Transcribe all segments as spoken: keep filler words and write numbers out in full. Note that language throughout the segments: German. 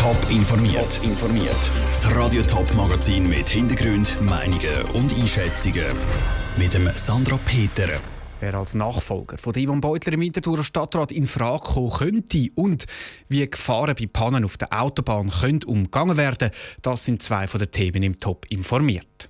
Top informiert. informiert. Das Radio Top Magazin mit Hintergrund, Meinungen und Einschätzungen mit dem Sandra Peter. Wer als Nachfolger von Yvonne Beutler im Winterthurer Stadtrat in Frage kommen könnte und wie Gefahren bei Pannen auf der Autobahn können umgangen werden, das sind zwei von den Themen im Top informiert.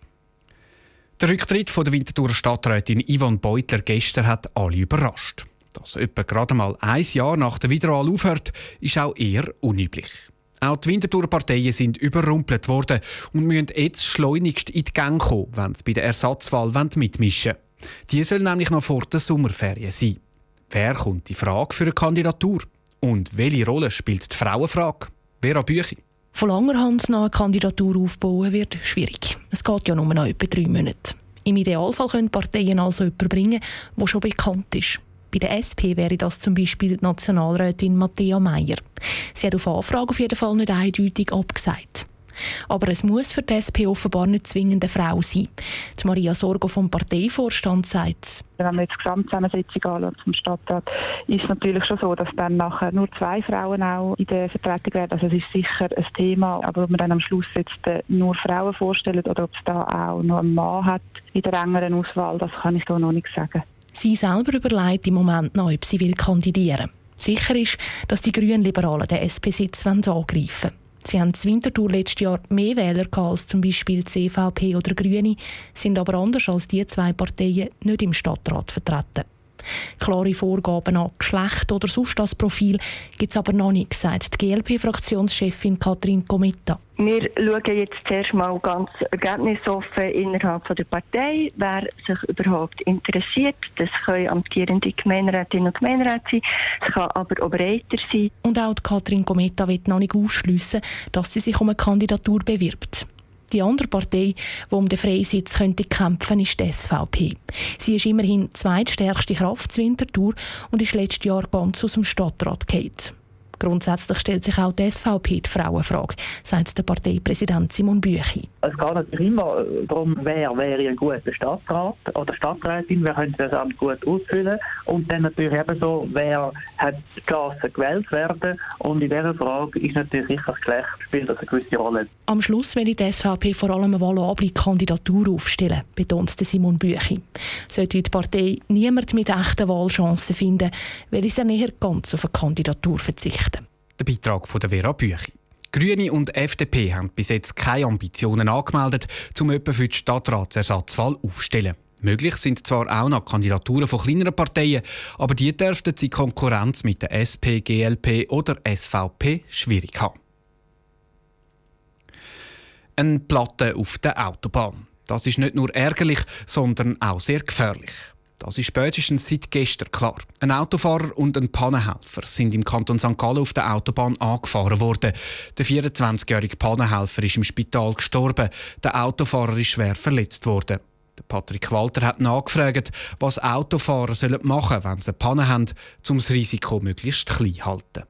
Der Rücktritt von der Winterthurer Stadträtin Yvonne Beutler gestern hat alle überrascht. Dass etwa gerade mal ein Jahr nach der Wiederwahl aufhört, ist auch eher unüblich. Auch die Winterthurer Parteien sind überrumpelt worden und müssen jetzt schleunigst in die Gänge kommen, wenn sie bei der Ersatzwahl mitmischen wollen. Die soll nämlich noch vor der Sommerferien sein. Wer kommt in Frage für eine Kandidatur? Und welche Rolle spielt die Frauenfrage? Vera Büchi. Von langer Hand noch eine Kandidatur aufbauen wird schwierig. Es geht ja nur noch etwa drei Monate. Im Idealfall können Parteien also jemanden bringen, der schon bekannt ist. Bei der S P wäre das zum Beispiel die Nationalrätin Matthäa Meier. Sie hat auf Anfrage auf jeden Fall nicht eindeutig abgesagt. Aber es muss für die S P offenbar nicht zwingend eine Frau sein. Die Maria Sorgo vom Parteivorstand sagt: Wenn man jetzt die Gesamtzusammensetzung anschaut vom Stadtrat, ist es natürlich schon so, dass dann nachher nur zwei Frauen auch in der Vertretung werden. Also es ist sicher ein Thema, aber ob man dann am Schluss jetzt nur Frauen vorstellt oder ob es da auch noch einen Mann hat in der engeren Auswahl, das kann ich da noch nicht sagen. Sie selber überlegt im Moment noch, ob sie will kandidieren. Sicher ist, dass die Grünliberalen den S P-Sitz angreifen wollen. Sie haben in Winterthur letztes Jahr mehr Wähler als zum Beispiel die C V P oder Grüne, sind aber anders als die zwei Parteien nicht im Stadtrat vertreten. Klare Vorgaben an Geschlecht oder sonst das Profil gibt es aber noch nicht, sagt die G L P-Fraktionschefin Katrin Cometta. Wir schauen jetzt zuerst mal ganz ergebnisoffen innerhalb der Partei, wer sich überhaupt interessiert. Das können amtierende Gemeinderätinnen und Gemeinderäte sein, es kann aber auch breiter sein. Und auch die Katrin Cometta will noch nicht ausschliessen, dass sie sich um eine Kandidatur bewirbt. Die andere Partei, die um den Freisitz könnte kämpfen, ist die S V P. Sie ist immerhin die zweitstärkste Kraft in Winterthur und ist letztes Jahr ganz aus dem Stadtrat gefallen. Grundsätzlich stellt sich auch die S V P die Frauenfrage, sagt der Parteipräsident Simon Büchi. Es geht natürlich immer darum, wer wäre ein guter Stadtrat oder Stadträtin, wer könnte das Amt gut ausfüllen und dann natürlich ebenso, wer hat die Chance gewählt werden. Und in dieser Frage ist natürlich sicher das Geschlecht spielt das eine gewisse Rolle. Am Schluss will die S V P vor allem eine valable Kandidatur aufstellen, betont Simon Büchi. Sollte die Partei niemand mit echten Wahlchancen finden, will sie näher ganz auf eine Kandidatur verzichten. Der Beitrag von der Vera Büchi. Grüne und F D P haben bis jetzt keine Ambitionen angemeldet, um jemanden für die Stadtratsersatzwahl aufzustellen. Möglich sind zwar auch noch Kandidaturen von kleineren Parteien, aber die dürften sie Konkurrenz mit der S P, G L P oder S V P schwierig haben. Eine Platte auf der Autobahn. Das ist nicht nur ärgerlich, sondern auch sehr gefährlich. Das ist spätestens seit gestern klar. Ein Autofahrer und ein Pannenhelfer sind im Kanton Sankt Gallen auf der Autobahn angefahren worden. Der vierundzwanzigjährige Pannenhelfer ist im Spital gestorben. Der Autofahrer ist schwer verletzt worden. Der Patrick Walter hat nachgefragt, was Autofahrer machen sollen, wenn sie eine Panne haben, um das Risiko möglichst klein zu halten.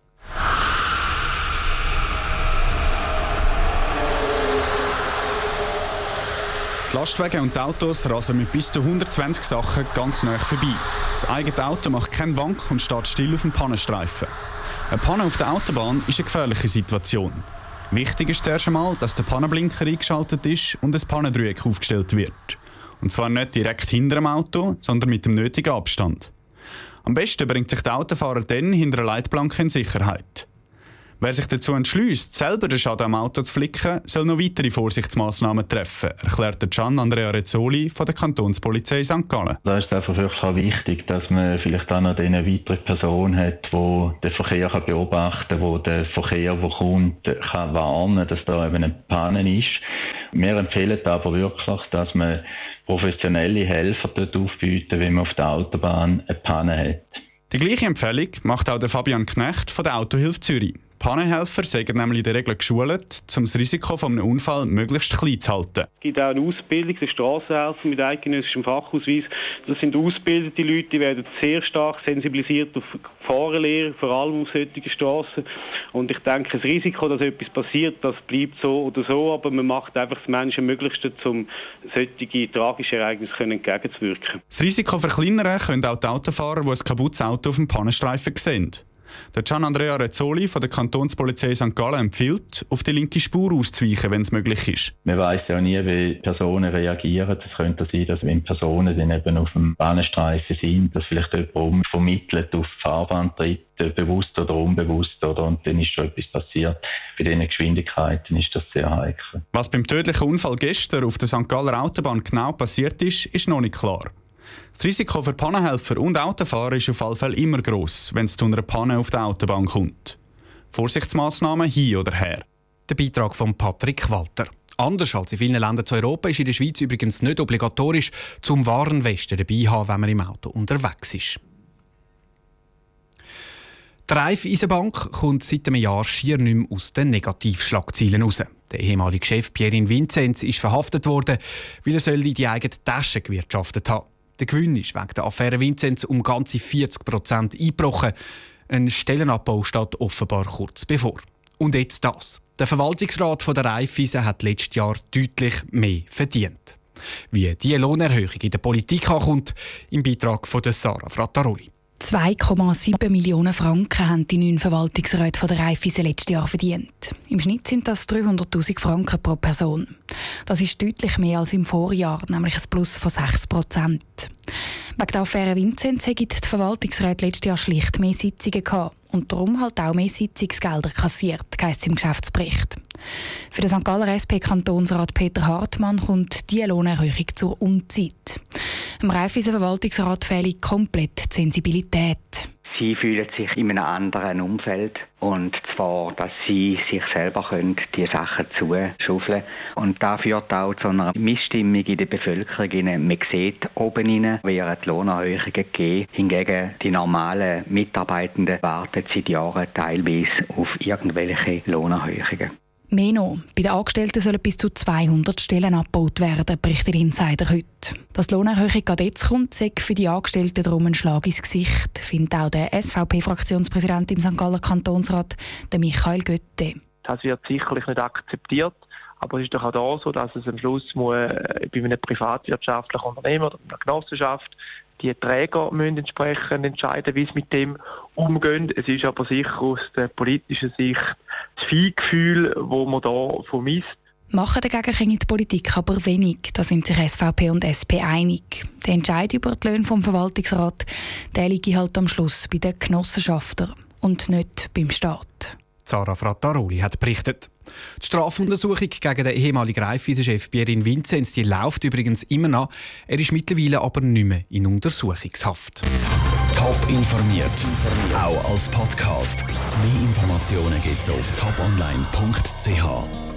Die Lastwagen und die Autos rasen mit bis zu hundertzwanzig Sachen ganz nahe vorbei. Das eigene Auto macht keinen Wank und steht still auf dem Pannenstreifen. Eine Panne auf der Autobahn ist eine gefährliche Situation. Wichtig ist zuerst einmal, dass der Pannenblinker eingeschaltet ist und ein Pannendreieck aufgestellt wird. Und zwar nicht direkt hinter dem Auto, sondern mit dem nötigen Abstand. Am besten bringt sich der Autofahrer dann hinter einer Leitplanke in Sicherheit. Wer sich dazu entschließt, selber den Schaden am Auto zu flicken, soll noch weitere Vorsichtsmaßnahmen treffen, erklärte Gian Andrea Rezzoli von der Kantonspolizei Sankt Gallen. Da ist es einfach wirklich auch wichtig, dass man vielleicht auch noch eine weitere Person hat, die den Verkehr beobachten kann, die den Verkehr, der kommt, kann warnen, dass da eben eine Panne ist. Wir empfehlen aber wirklich, dass man professionelle Helfer dort aufbieten, wenn man auf der Autobahn eine Panne hat. Die gleiche Empfehlung macht auch der Fabian Knecht von der Autohilfe Zürich. Pannenhelfer sind nämlich in der Regel geschult, um das Risiko von einem Unfall möglichst klein zu halten. Es gibt auch eine Ausbildung, der Strassenhelfer mit eidgenössischem Fachausweis. Das sind ausgebildete Leute, die werden sehr stark sensibilisiert auf Gefahrenlehre, vor allem auf solchen Strassen. Und ich denke, das Risiko, dass etwas passiert, das bleibt so oder so, aber man macht einfach das Menschenmöglichste, um solche tragischen Ereignisse entgegenzuwirken. Das Risiko verkleinern können auch die Autofahrer, die ein kaputtes Auto auf dem Pannenstreifen sehen. Der Gian Andrea Rezzoli von der Kantonspolizei Sankt Gallen empfiehlt, auf die linke Spur auszuweichen, wenn es möglich ist. Man weiss ja nie, wie Personen reagieren. Es könnte sein, dass wenn Personen dann eben auf dem Bahnstreifen sind, dass vielleicht jemand vermittelt auf die Fahrbahn tritt, bewusst oder unbewusst, oder, und dann ist schon etwas passiert. Bei diesen Geschwindigkeiten ist das sehr heikel. Was beim tödlichen Unfall gestern auf der Sankt Galler Autobahn genau passiert ist, ist noch nicht klar. Das Risiko für Pannenhelfer und Autofahrer ist auf jeden Fall immer gross, wenn es zu einer Panne auf der Autobahn kommt. Vorsichtsmaßnahmen hin oder her. Der Beitrag von Patrick Walter. Anders als in vielen Ländern zu Europa ist in der Schweiz übrigens nicht obligatorisch, zum Warnwesten dabei zu haben, wenn man im Auto unterwegs ist. Die Raiffeisenbank kommt seit einem Jahr schier nicht mehr aus den Negativschlagzeilen raus. Der ehemalige Chef Pierin Vinzenz ist verhaftet worden, weil er in die eigene Tasche gewirtschaftet hat. Der Gewinn ist wegen der Affäre Vinzenz um ganze vierzig Prozent eingebrochen. Ein Stellenabbau steht offenbar kurz bevor. Und jetzt das. Der Verwaltungsrat der Raiffeisen hat letztes Jahr deutlich mehr verdient. Wie diese Lohnerhöhung in der Politik ankommt, im Beitrag von Sarah Frattaroli. zwei Komma sieben Millionen Franken haben die neuen Verwaltungsräte der Raiffeisen letztes Jahr verdient. Im Schnitt sind das dreihunderttausend Franken pro Person. Das ist deutlich mehr als im Vorjahr, nämlich ein Plus von sechs Prozent. Wegen der Affäre Vinzenz hatten die Verwaltungsräte letztes Jahr schlicht mehr Sitzungen gehabt und darum halt auch mehr Sitzungsgelder kassiert, heisst es im Geschäftsbericht. Für den Sankt Galler S P-Kantonsrat Peter Hartmann kommt diese Lohnerhöhung zur Unzeit. Im Raiffeisen Verwaltungsrat fehle komplett die Sensibilität. Sie fühlen sich in einem anderen Umfeld, und zwar, dass sie sich selber können, die Sachen zuschaufeln. Und das führt auch zu einer Missstimmung in der Bevölkerung. Man sieht, oben rein werden die Lohnerhöhungen gegeben. Hingegen die normalen Mitarbeitenden warten seit Jahren teilweise auf irgendwelche Lohnerhöhungen. Mehr noch, bei den Angestellten sollen bis zu zweihundert Stellen abgebaut werden, berichtet Insider heute. Dass die Lohnerhöhung gerade jetzt kommt, sei für die Angestellten darum ein Schlag ins Gesicht, findet auch der S V P-Fraktionspräsident im Sankt Galler Kantonsrat, der Michael Götte. Das wird sicherlich nicht akzeptiert, aber es ist doch auch da so, dass es am Schluss muss, äh, bei einem privatwirtschaftlichen Unternehmen oder einer Genossenschaft die Träger müssen entsprechend entscheiden, wie sie mit dem umgehen. Es ist aber sicher aus der politischen Sicht das Feingefühl, das man da vermisst. Machen dagegen können die Politik aber wenig. Da sind sich S V P und S P einig. Der Entscheid über die Löhne vom Verwaltungsrat, der liegt halt am Schluss bei den Genossenschaften und nicht beim Staat. Sarah Frattaroli hat berichtet. Die Strafuntersuchung gegen den ehemaligen Raiffeisen-Chef Pierin Vinzenz die läuft übrigens immer noch. Er ist mittlerweile aber nicht mehr in Untersuchungshaft. Top informiert, auch als Podcast. Mehr Informationen gibt es auf top online punkt c h.